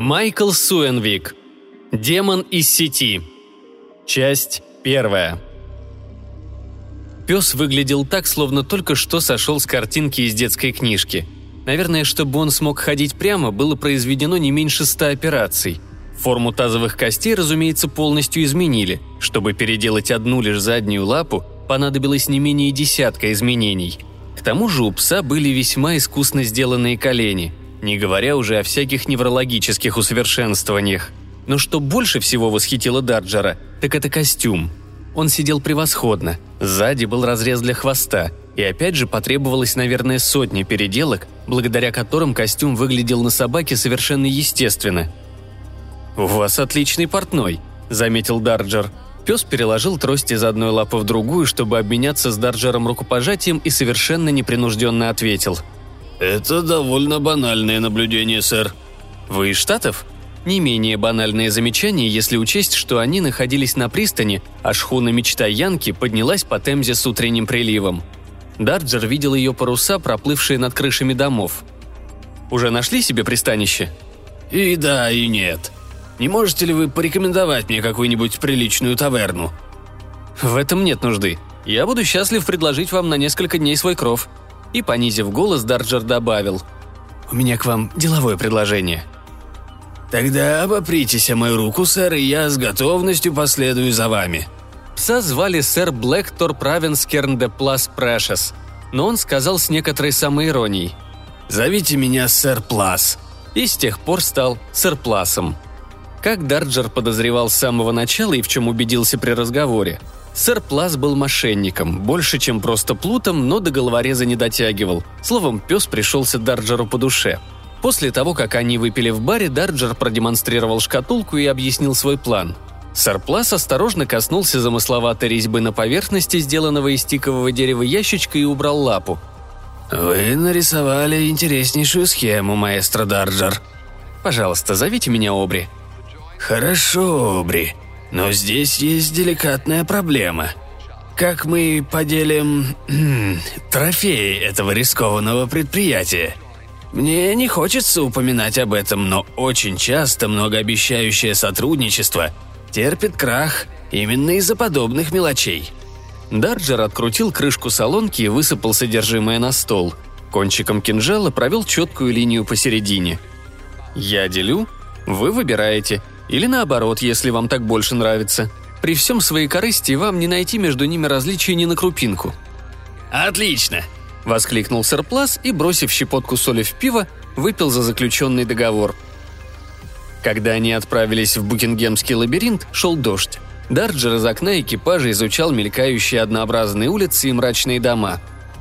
Майкл Суэнвик. Демон из сети. Часть 1. Пес выглядел так, словно только что сошел с картинки из детской книжки. Наверное, чтобы он смог ходить прямо, было произведено не меньше 100 операций. Форму тазовых костей, разумеется, полностью изменили. Чтобы переделать одну лишь заднюю лапу, понадобилось не менее десятка изменений. К тому же у пса были весьма искусно сделанные колени, не говоря уже о всяких неврологических усовершенствованиях. Но что больше всего восхитило Дарджера, так это костюм. Он сидел превосходно, сзади был разрез для хвоста, и опять же потребовалось, наверное, сотни переделок, благодаря которым костюм выглядел на собаке совершенно естественно. «У вас отличный портной», — заметил Дарджер. Пес переложил трость из одной лапы в другую, чтобы обменяться с Дарджером рукопожатием, и совершенно непринужденно ответил. «Это довольно банальное наблюдение, сэр». «Вы из Штатов?» Не менее банальное замечание, если учесть, что они находились на пристани, а шхуна «Мечта Янки» поднялась по Темзе с утренним приливом. Дарджер видел ее паруса, проплывшие над крышами домов. «Уже нашли себе пристанище?» «И да, и нет. Не можете ли вы порекомендовать мне какую-нибудь приличную таверну?» «В этом нет нужды. Я буду счастлив предложить вам на несколько дней свой кров». И, понизив голос, Дарджер добавил. «У меня к вам деловое предложение». «Тогда обопритесь о мою руку, сэр, и я с готовностью последую за вами». Пса звали сэр Блэктор Правенскерн де Плас Прэшес, но он сказал с некоторой самоиронией. «Зовите меня сэр Плас». И с тех пор стал сэр Пласом. Как Дарджер подозревал с самого начала и в чем убедился при разговоре, сэр Плас был мошенником, больше, чем просто плутом, но до головореза не дотягивал. Словом, пес пришелся Дарджеру по душе. После того, как они выпили в баре, Дарджер продемонстрировал шкатулку и объяснил свой план. Сэр Плас осторожно коснулся замысловатой резьбы на поверхности, сделанного из тикового дерева ящичка, и убрал лапу. «Вы нарисовали интереснейшую схему, маэстро Дарджер». «Пожалуйста, зовите меня Обри». «Хорошо, Обри. Но здесь есть деликатная проблема. Как мы поделим трофеи этого рискованного предприятия? Мне не хочется упоминать об этом, но очень часто многообещающее сотрудничество терпит крах именно из-за подобных мелочей». Дарджер открутил крышку солонки и высыпал содержимое на стол. Кончиком кинжала провел четкую линию посередине. «Я делю, вы выбираете. Или наоборот, если вам так больше нравится. При всем своей корысти вам не найти между ними различий ни на крупинку». «Отлично!» – воскликнул сэр Плас и, бросив щепотку соли в пиво, выпил за заключенный договор. Когда они отправились в Букингемский лабиринт, шел дождь. Дарджер из окна экипажа изучал мелькающие однообразные улицы и мрачные дома.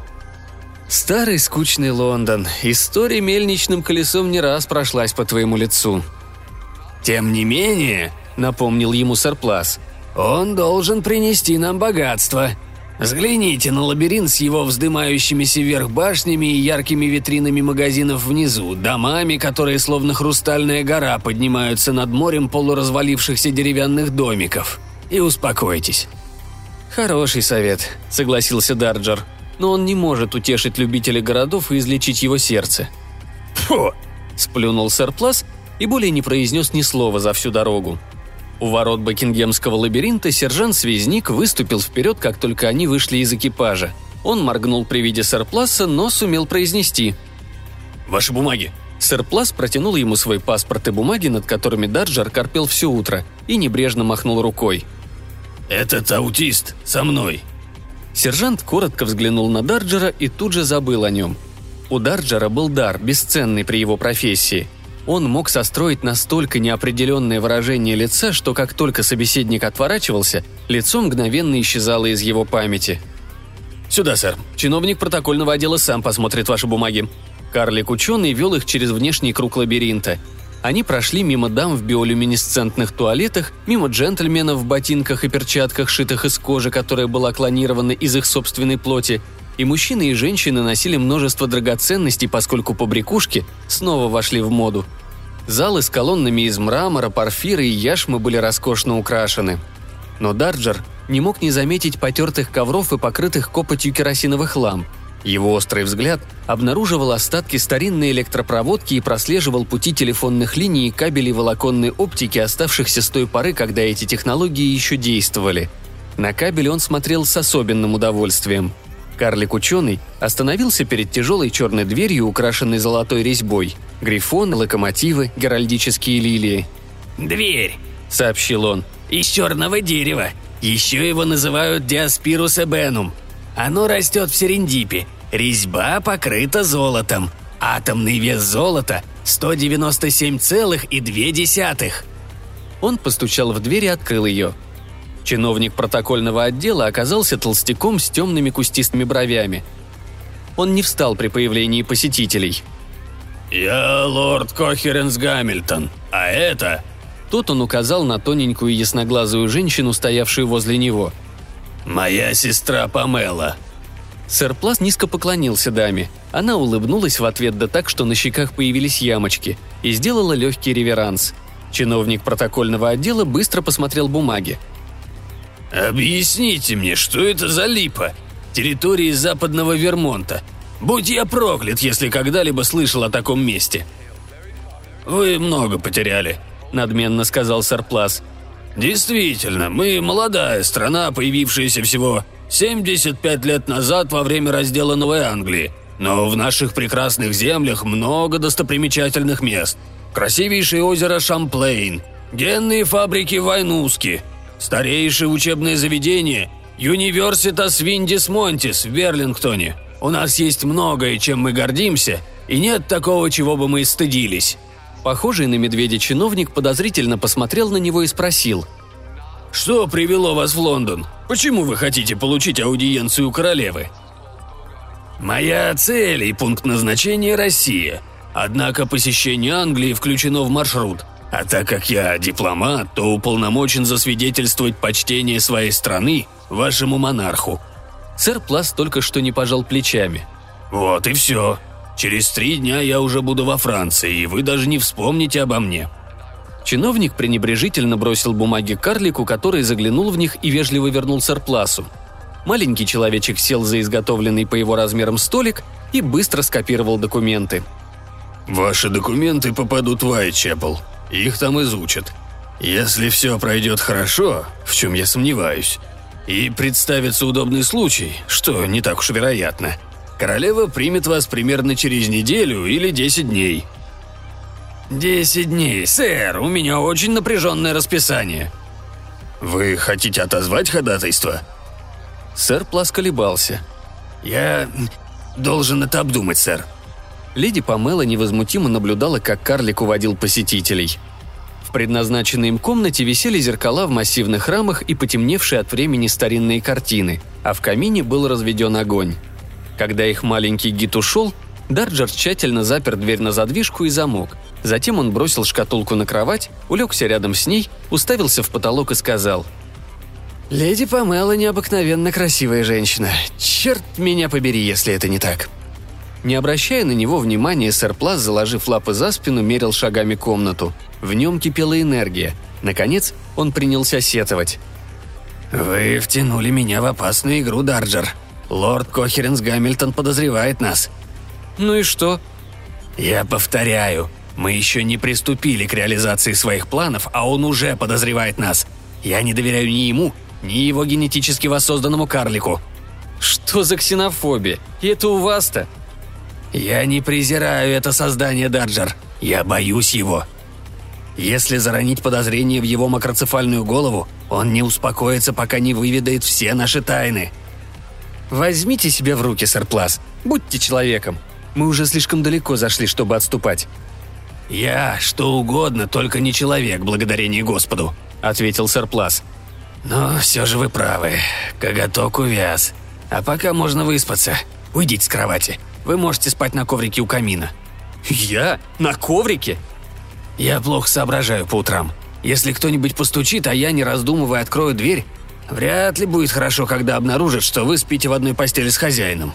«Старый скучный Лондон. История мельничным колесом не раз прошлась по твоему лицу». «Тем не менее», — напомнил ему сэр Плас, — «он должен принести нам богатство. Взгляните на лабиринт с его вздымающимися вверх башнями и яркими витринами магазинов внизу, домами, которые словно хрустальная гора поднимаются над морем полуразвалившихся деревянных домиков. И успокойтесь». «Хороший совет», — согласился Дарджер, «но он не может утешить любителей городов и излечить его сердце». «Фу!» — сплюнул сэр Плас и более не произнес ни слова за всю дорогу. У ворот Букингемского лабиринта сержант-связник выступил вперед, как только они вышли из экипажа. Он моргнул при виде сэр Пласа, но сумел произнести. «Ваши бумаги». Сэр Плас протянул ему свой паспорт и бумаги, над которыми Дарджер корпел все утро, и небрежно махнул рукой. «Этот аутист со мной». Сержант коротко взглянул на Дарджера и тут же забыл о нем. У Дарджера был дар, бесценный при его профессии. Он мог состроить настолько неопределенное выражение лица, что как только собеседник отворачивался, лицо мгновенно исчезало из его памяти. «Сюда, сэр. Чиновник протокольного отдела сам посмотрит ваши бумаги». Карлик-ученый вел их через внешний круг лабиринта. Они прошли мимо дам в биолюминесцентных туалетах, мимо джентльменов в ботинках и перчатках, шитых из кожи, которая была клонирована из их собственной плоти, и мужчины и женщины носили множество драгоценностей, поскольку побрякушки снова вошли в моду. Залы с колоннами из мрамора, порфира и яшмы были роскошно украшены. Но Дарджер не мог не заметить потертых ковров и покрытых копотью керосиновых ламп. Его острый взгляд обнаруживал остатки старинной электропроводки и прослеживал пути телефонных линий и кабелей волоконной оптики, оставшихся с той поры, когда эти технологии еще действовали. На кабель он смотрел с особенным удовольствием. Карлик-ученый остановился перед тяжелой черной дверью, украшенной золотой резьбой. Грифоны, локомотивы, геральдические лилии. «Дверь», — сообщил он. «из черного дерева. Еще его называют Диаспирус эбенум. Оно растет в Серендипе. Резьба покрыта золотом. Атомный вес золота – 197,2». Он постучал в дверь и открыл ее. Чиновник протокольного отдела оказался толстяком с темными кустистыми бровями. Он не встал при появлении посетителей. «Я лорд Кохеренс Гамильтон, а это...» Тут он указал на тоненькую ясноглазую женщину, стоявшую возле него. «Моя сестра Памела». Сэр Плас низко поклонился даме. Она улыбнулась в ответ, да так, что на щеках появились ямочки, и сделала легкий реверанс. Чиновник протокольного отдела быстро посмотрел бумаги. «Объясните мне, что это за липа? Территории западного Вермонта. Будь я проклят, если когда-либо слышал о таком месте». «Вы много потеряли», — надменно сказал сэр Плас. «Действительно, мы молодая страна, появившаяся всего 75 лет назад во время раздела Новой Англии. Но в наших прекрасных землях много достопримечательных мест. Красивейшее озеро Шамплейн, генные фабрики Вайнуски, старейшее учебное заведение Universitas Виндис Монтис в Берлингтоне. У нас есть многое, чем мы гордимся, и нет такого, чего бы мы стыдились». Похожий на медведя чиновник подозрительно посмотрел на него и спросил. «Что привело вас в Лондон? Почему вы хотите получить аудиенцию у королевы?» «Моя цель и пункт назначения – Россия. Однако посещение Англии включено в маршрут. А так как я дипломат, то уполномочен засвидетельствовать почтение своей страны вашему монарху». Сэр Плас только что не пожал плечами. «Вот и все. Через 3 дня я уже буду во Франции, и вы даже не вспомните обо мне». Чиновник пренебрежительно бросил бумаги карлику, который заглянул в них и вежливо вернул сэр Пласу. Маленький человечек сел за изготовленный по его размерам столик и быстро скопировал документы. «Ваши документы попадут в Уайтчепел. Их там изучат. Если все пройдет хорошо, в чем я сомневаюсь, и представится удобный случай, что не так уж вероятно, королева примет вас примерно через неделю или 10 дней». 10 дней, сэр, у меня очень напряженное расписание. Вы хотите отозвать ходатайство? Сэр Плас колебался. Я должен это обдумать, сэр. Леди Памела невозмутимо наблюдала, как карлик уводил посетителей. В предназначенной им комнате висели зеркала в массивных рамах и потемневшие от времени старинные картины, а в камине был разведен огонь. Когда их маленький гид ушел, Дарджер тщательно запер дверь на задвижку и замок. Затем он бросил шкатулку на кровать, улегся рядом с ней, уставился в потолок и сказал: «Леди Памела необыкновенно красивая женщина. Черт меня побери, если это не так». Не обращая на него внимания, сэр Плас, заложив лапы за спину, мерил шагами комнату. В нем кипела энергия. Наконец, он принялся сетовать. «Вы втянули меня в опасную игру, Дарджер. Лорд Кохеренс Гамильтон подозревает нас». «Ну и что?» «Я повторяю, мы еще не приступили к реализации своих планов, а он уже подозревает нас. Я не доверяю ни ему, ни его генетически воссозданному карлику». «Что за ксенофобия? И это у вас-то?» «Я не презираю это создание, Дарджер. Я боюсь его. Если заронить подозрение в его макроцефальную голову, он не успокоится, пока не выведает все наши тайны». «Возьмите себя в руки, сэр Плас. Будьте человеком. Мы уже слишком далеко зашли, чтобы отступать». «Я что угодно, только не человек, благодарение Господу», — ответил сэр Плас. «Но все же вы правы. Коготок увяз. А пока можно выспаться. Уйдите с кровати. Вы можете спать на коврике у камина». «Я? На коврике?» «Я плохо соображаю по утрам. Если кто-нибудь постучит, а я, не раздумывая, открою дверь, вряд ли будет хорошо, когда обнаружат, что вы спите в одной постели с хозяином».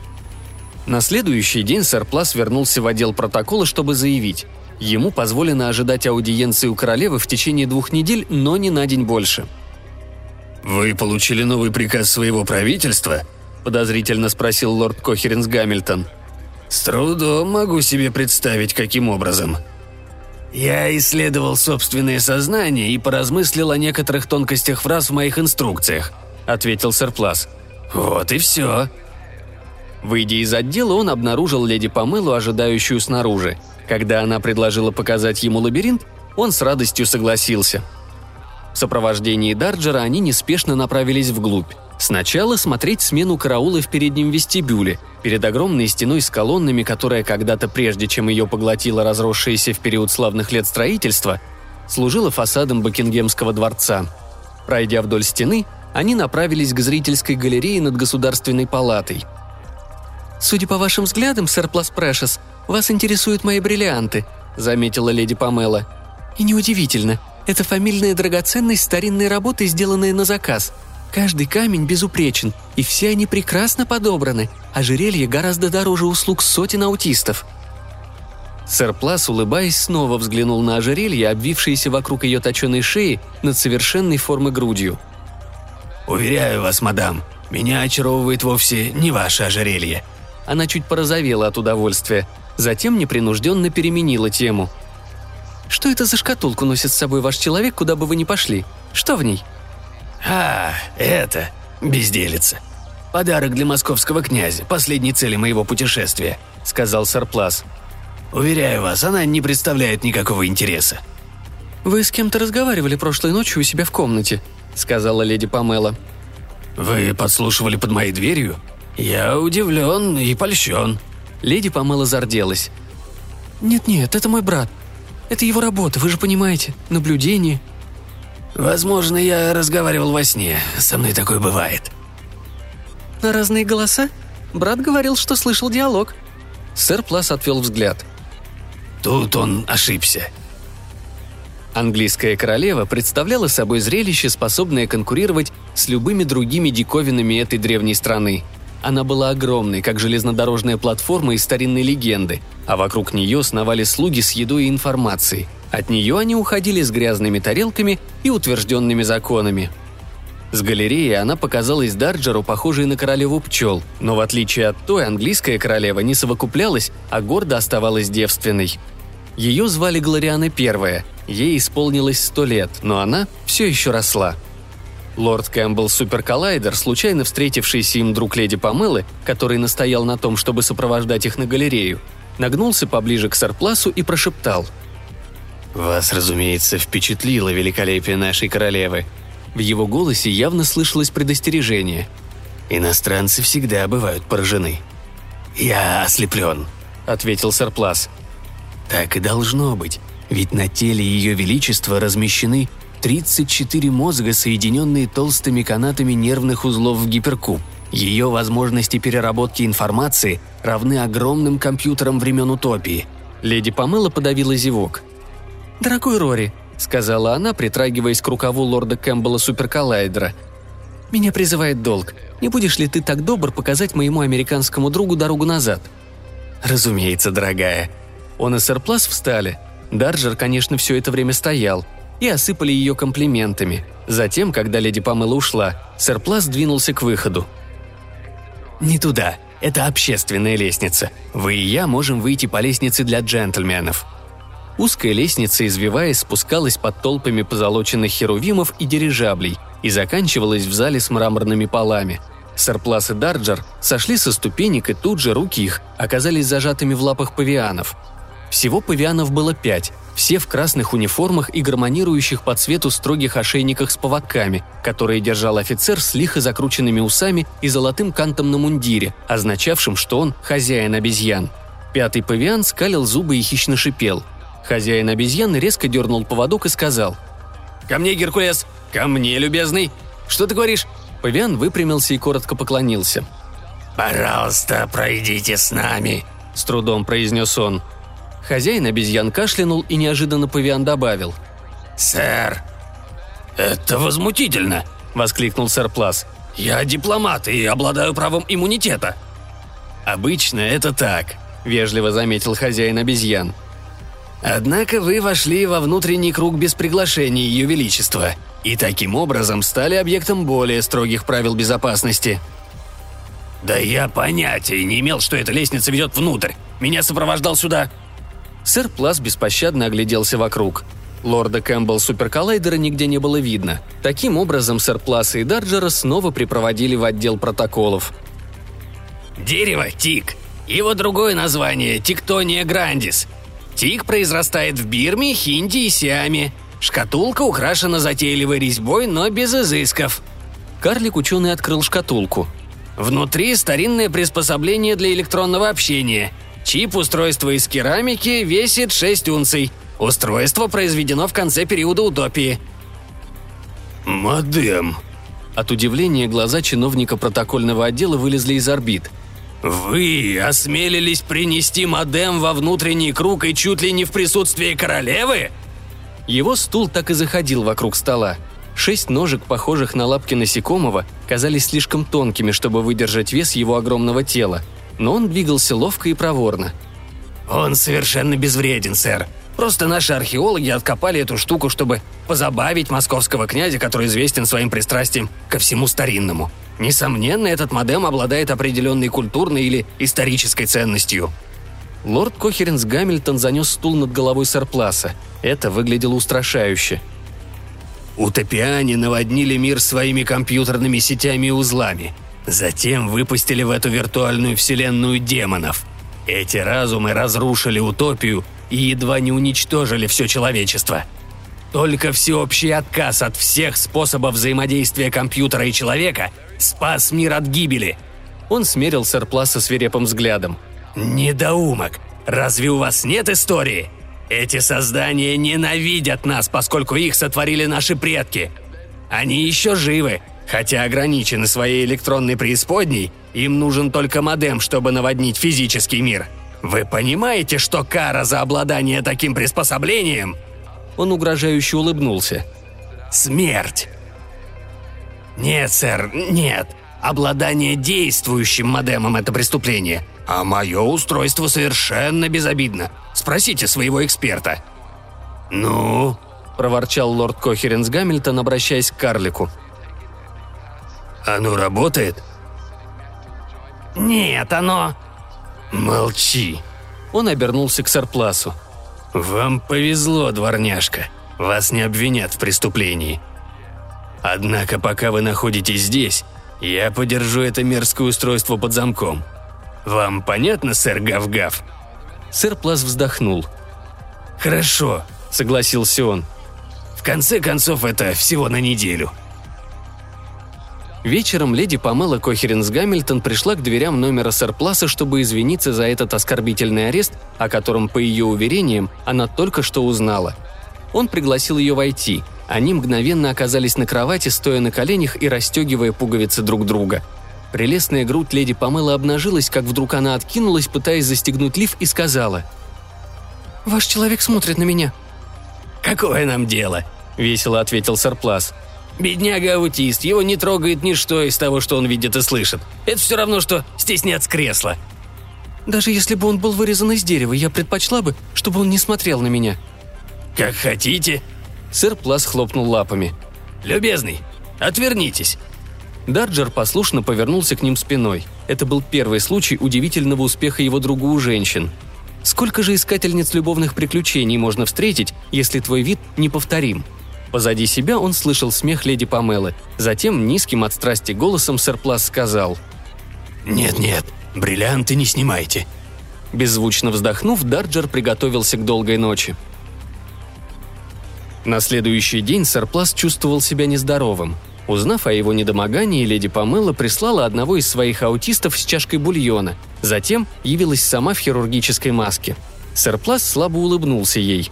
На следующий день сэр Плас вернулся в отдел протокола, чтобы заявить. Ему позволено ожидать аудиенции у королевы в течение 2 недель, но не на день больше. «Вы получили новый приказ своего правительства?» – подозрительно спросил лорд Кохеренс Гамильтон. «С трудом могу себе представить, каким образом. Я исследовал собственное сознание и поразмыслил о некоторых тонкостях фраз в моих инструкциях», – ответил сэр Плас. «Вот и все». Выйдя из отдела, он обнаружил леди Памелу, ожидающую снаружи. Когда она предложила показать ему лабиринт, он с радостью согласился. В сопровождении Дарджера они неспешно направились вглубь. Сначала смотреть смену караула в переднем вестибюле, перед огромной стеной с колоннами, которая когда-то, прежде чем ее поглотила разросшееся в период славных лет строительства, служила фасадом Букингемского дворца. Пройдя вдоль стены, они направились к зрительской галерее над Государственной палатой. «Судя по вашим взглядам, сэр Плас Прэшес, вас интересуют мои бриллианты», — заметила леди Памела. «И неудивительно. Это фамильная драгоценность старинной работы, сделанная на заказ. Каждый камень безупречен, и все они прекрасно подобраны. Ожерелье гораздо дороже услуг сотен аутистов». Сэр Плас, улыбаясь, снова взглянул на ожерелье, обвившееся вокруг ее точеной шеи над совершенной формы грудью. «Уверяю вас, мадам, меня очаровывает вовсе не ваше ожерелье». Она чуть порозовела от удовольствия, затем непринужденно переменила тему. «Что это за шкатулку носит с собой ваш человек, куда бы вы ни пошли? Что в ней?» Это безделица. Подарок для московского князя, последней цели моего путешествия», — сказал сэр Плас. «Уверяю вас, она не представляет никакого интереса». «Вы с кем-то разговаривали прошлой ночью у себя в комнате», — сказала леди Памела. «Вы подслушивали под моей дверью? Я удивлен и польщен». Леди Памела зарделась. «Нет-нет, это мой брат. Это его работа, вы же понимаете, наблюдение». «Возможно, я разговаривал во сне. Со мной такое бывает». «На разные голоса? Брат говорил, что слышал диалог». Сэр Плас отвел взгляд. Тут он ошибся. Английская королева представляла собой зрелище, способное конкурировать с любыми другими диковинами этой древней страны. Она была огромной, как железнодорожная платформа из старинной легенды, а вокруг нее сновали слуги с едой и информацией. От нее они уходили с грязными тарелками и утвержденными законами. С галереи она показалась Дарджеру, похожей на королеву пчел, но в отличие от той, английская королева не совокуплялась, а гордо оставалась девственной. Ее звали Глориана I, ей исполнилось 100 лет, но она все еще росла. Лорд Кэмпбелл Суперколлайдер, случайно встретившийся им друг леди Памелы, который настоял на том, чтобы сопровождать их на галерею, нагнулся поближе к сэр Пласу и прошептал: «Вас, разумеется, впечатлило великолепие нашей королевы». В его голосе явно слышалось предостережение. «Иностранцы всегда бывают поражены». «Я ослеплен», — ответил сэр Плас. «Так и должно быть, ведь на теле Ее Величества размещены 34 мозга, соединенные толстыми канатами нервных узлов в гиперкуб. Ее возможности переработки информации равны огромным компьютерам времен утопии». Леди Памела подавила зевок. «Дорогой Рори», — сказала она, притрагиваясь к рукаву лорда Кэмпбелла Суперколлайдера, — «меня призывает долг. Не будешь ли ты так добр показать моему американскому другу дорогу назад?» «Разумеется, дорогая». Он и сэр Плас встали. Дарджер, конечно, все это время стоял, и осыпали ее комплиментами. Затем, когда леди Памела ушла, сэр Плас двинулся к выходу. «Не туда. Это общественная лестница. Вы и я можем выйти по лестнице для джентльменов». Узкая лестница, извиваясь, спускалась под толпами позолоченных херувимов и дирижаблей и заканчивалась в зале с мраморными полами. Сэр Плас и Дарджер сошли со ступенек, и тут же руки их оказались зажатыми в лапах павианов. Всего павианов было 5, все в красных униформах и гармонирующих по цвету строгих ошейниках с поводками, которые держал офицер с лихо закрученными усами и золотым кантом на мундире, означавшим, что он хозяин обезьян. 5-й павиан скалил зубы и хищно шипел. Хозяин обезьяны резко дернул поводок и сказал: «Ко мне, Геркулес! Ко мне, любезный! Что ты говоришь?» Павиан выпрямился и коротко поклонился. «Пожалуйста, пройдите с нами», — с трудом произнес он. Хозяин обезьян кашлянул, и неожиданно павиан добавил: «Сэр!» «Это возмутительно!» — воскликнул сэр Плас. «Я дипломат и обладаю правом иммунитета». «Обычно это так», — вежливо заметил хозяин обезьян. «Однако вы вошли во внутренний круг без приглашения Ее Величества и таким образом стали объектом более строгих правил безопасности». «Да я понятия не имел, что эта лестница ведет внутрь. Меня сопровождал сюда». Сэр Плас беспощадно огляделся вокруг. Лорда Кэмпбелл Суперколлайдера нигде не было видно. Таким образом, сэр Пласа и Дарджера снова припроводили в отдел протоколов. «Дерево – тик. Его другое название – Тиктония грандис. Тик произрастает в Бирме, Хинди и Сиаме. Шкатулка украшена затейливой резьбой, но без изысков». Карлик-ученый открыл шкатулку. «Внутри старинное приспособление для электронного общения. Чип устройства из керамики весит 6 унций. Устройство произведено в конце периода утопии». «Модем». От удивления глаза чиновника протокольного отдела вылезли из орбит. «Вы осмелились принести модем во внутренний круг и чуть ли не в присутствии королевы?» Его стул так и заходил вокруг стола. 6 ножек, похожих на лапки насекомого, казались слишком тонкими, чтобы выдержать вес его огромного тела. Но он двигался ловко и проворно. «Он совершенно безвреден, сэр. Просто наши археологи откопали эту штуку, чтобы позабавить московского князя, который известен своим пристрастием ко всему старинному. Несомненно, этот модем обладает определенной культурной или исторической ценностью». Лорд Кохеренс Гамильтон занес стул над головой сэр Пласа. Это выглядело устрашающе. «Утопиане наводнили мир своими компьютерными сетями и узлами. Затем выпустили в эту виртуальную вселенную демонов. Эти разумы разрушили утопию и едва не уничтожили все человечество. Только всеобщий отказ от всех способов взаимодействия компьютера и человека спас мир от гибели». Он смерил сэр Пласа свирепым взглядом. «Недоумок! Разве у вас нет истории? Эти создания ненавидят нас, поскольку их сотворили наши предки. Они еще живы, хотя ограничены своей электронной преисподней, им нужен только модем, чтобы наводнить физический мир. Вы понимаете, что кара за обладание таким приспособлением?» Он угрожающе улыбнулся. «Смерть!» «Нет, сэр, нет. Обладание действующим модемом – это преступление. А мое устройство совершенно безобидно. Спросите своего эксперта». «Ну?» – проворчал лорд Кохеренс Гамильтон, обращаясь к карлику. «Оно работает?» «Нет, оно...» «Молчи». Он обернулся к сэр Пласу. «Вам повезло, дворняжка. Вас не обвинят в преступлении. Однако, пока вы находитесь здесь, я подержу это мерзкое устройство под замком. Вам понятно, сэр Гав-Гав?» Сэр Плас вздохнул. «Хорошо», — согласился он. «В конце концов, это всего на неделю». Вечером леди Памела Кохеренс Гамильтон пришла к дверям номера сэр Пласа, чтобы извиниться за этот оскорбительный арест, о котором, по ее уверениям, она только что узнала. Он пригласил ее войти. Они мгновенно оказались на кровати, стоя на коленях и расстегивая пуговицы друг друга. Прелестная грудь леди Памелы обнажилась, как вдруг она откинулась, пытаясь застегнуть лиф, и сказала: «Ваш человек смотрит на меня». «Какое нам дело?» – весело ответил сэр Плас. «Бедняга-аутист, его не трогает ничто из того, что он видит и слышит. Это все равно, что стеснять с кресла». «Даже если бы он был вырезан из дерева, я предпочла бы, чтобы он не смотрел на меня». «Как хотите». Сэр Плас хлопнул лапами. «Любезный, отвернитесь». Дарджер послушно повернулся к ним спиной. Это был первый случай удивительного успеха его друга у женщин. Сколько же искательниц любовных приключений можно встретить, если твой вид неповторим? Позади себя он слышал смех леди Памелы. Затем низким от страсти голосом сэр Плас сказал: «Нет-нет, бриллианты не снимайте». Беззвучно вздохнув, Дарджер приготовился к долгой ночи. На следующий день сэр Плас чувствовал себя нездоровым. Узнав о его недомогании, леди Памела прислала одного из своих аутистов с чашкой бульона. Затем явилась сама в хирургической маске. Сэр Плас слабо улыбнулся ей.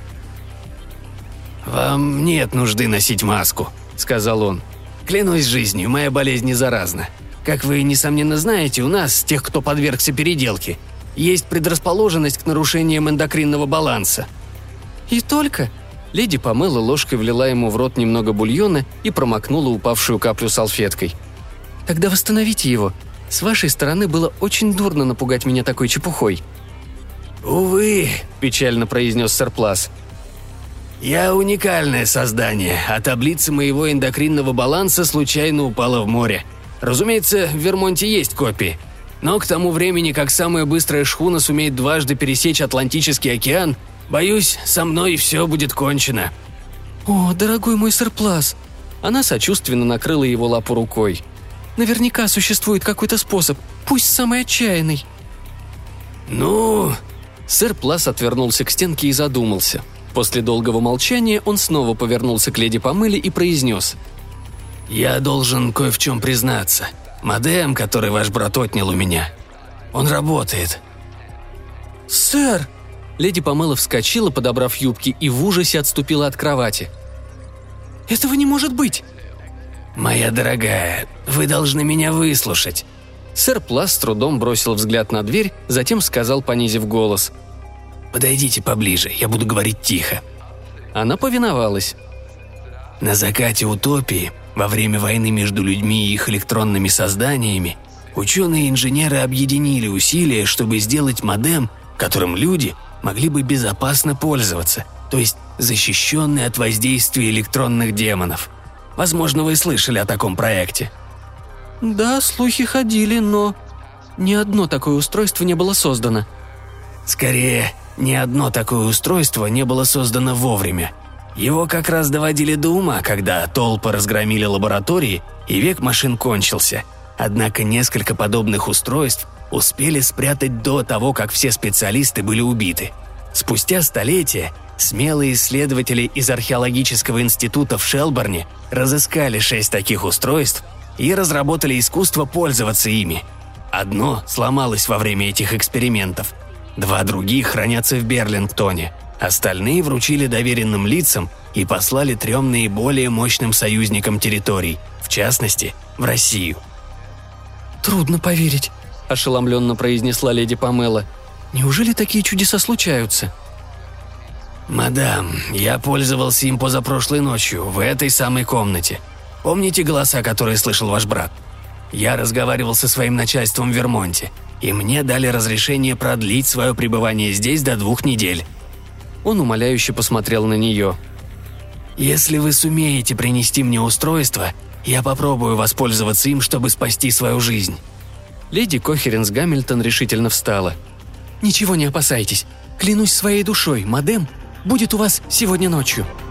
«Вам нет нужды носить маску», — сказал он. «Клянусь жизнью, моя болезнь не заразна. Как вы, несомненно, знаете, у нас, тех, кто подвергся переделке, есть предрасположенность к нарушениям эндокринного баланса». «И только?» Леди Памела ложкой влила ему в рот немного бульона и промокнула упавшую каплю салфеткой. «Тогда восстановите его. С вашей стороны было очень дурно напугать меня такой чепухой». «Увы», – печально произнес сэр Плас. «Я уникальное создание, а таблица моего эндокринного баланса случайно упала в море. Разумеется, в Вермонте есть копии. Но к тому времени, как самая быстрая шхуна сумеет дважды пересечь Атлантический океан, боюсь, со мной все будет кончено». «О, дорогой мой сэр Плас!» Она сочувственно накрыла его лапу рукой. «Наверняка существует какой-то способ, пусть самый отчаянный». «Ну...» Сэр Плас отвернулся к стенке и задумался. После долгого молчания он снова повернулся к леди Помеле и произнес: «Я должен кое в чем признаться. Модем, который ваш брат отнял у меня, он работает». «Сэр!» Леди Помела вскочила, подобрав юбки, и в ужасе отступила от кровати. «Этого не может быть!» «Моя дорогая, вы должны меня выслушать». Сэр Плас с трудом бросил взгляд на дверь, затем сказал, понизив голос: «Подойдите поближе, я буду говорить тихо». Она повиновалась. На закате утопии, во время войны между людьми и их электронными созданиями, ученые и инженеры объединили усилия, чтобы сделать модем, которым люди могли бы безопасно пользоваться, то есть защищенный от воздействия электронных демонов. Возможно, вы слышали о таком проекте. «Да, слухи ходили, но ни одно такое устройство не было создано». Скорее, ни одно такое устройство не было создано вовремя. Его как раз доводили до ума, когда толпы разгромили лаборатории и век машин кончился. Однако несколько подобных устройств успели спрятать до того, как все специалисты были убиты. Спустя столетия смелые исследователи из археологического института в Шелборне разыскали 6 таких устройств и разработали искусство пользоваться ими. Одно сломалось во время этих экспериментов. 2 других хранятся в Берлингтоне. Остальные вручили доверенным лицам и послали 3 наиболее мощным союзникам территорий, в частности, в Россию. «Трудно поверить», – ошеломленно произнесла леди Помела. «Неужели такие чудеса случаются?» «Мадам, я пользовался им позапрошлой ночью, в этой самой комнате. Помните голоса, которые слышал ваш брат? Я разговаривал со своим начальством в Вермонте, и мне дали разрешение продлить свое пребывание здесь до 2 недель». Он умоляюще посмотрел на нее. «Если вы сумеете принести мне устройство, я попробую воспользоваться им, чтобы спасти свою жизнь». Леди Кохеренс Гамильтон решительно встала. «Ничего не опасайтесь. Клянусь своей душой, модем будет у вас сегодня ночью».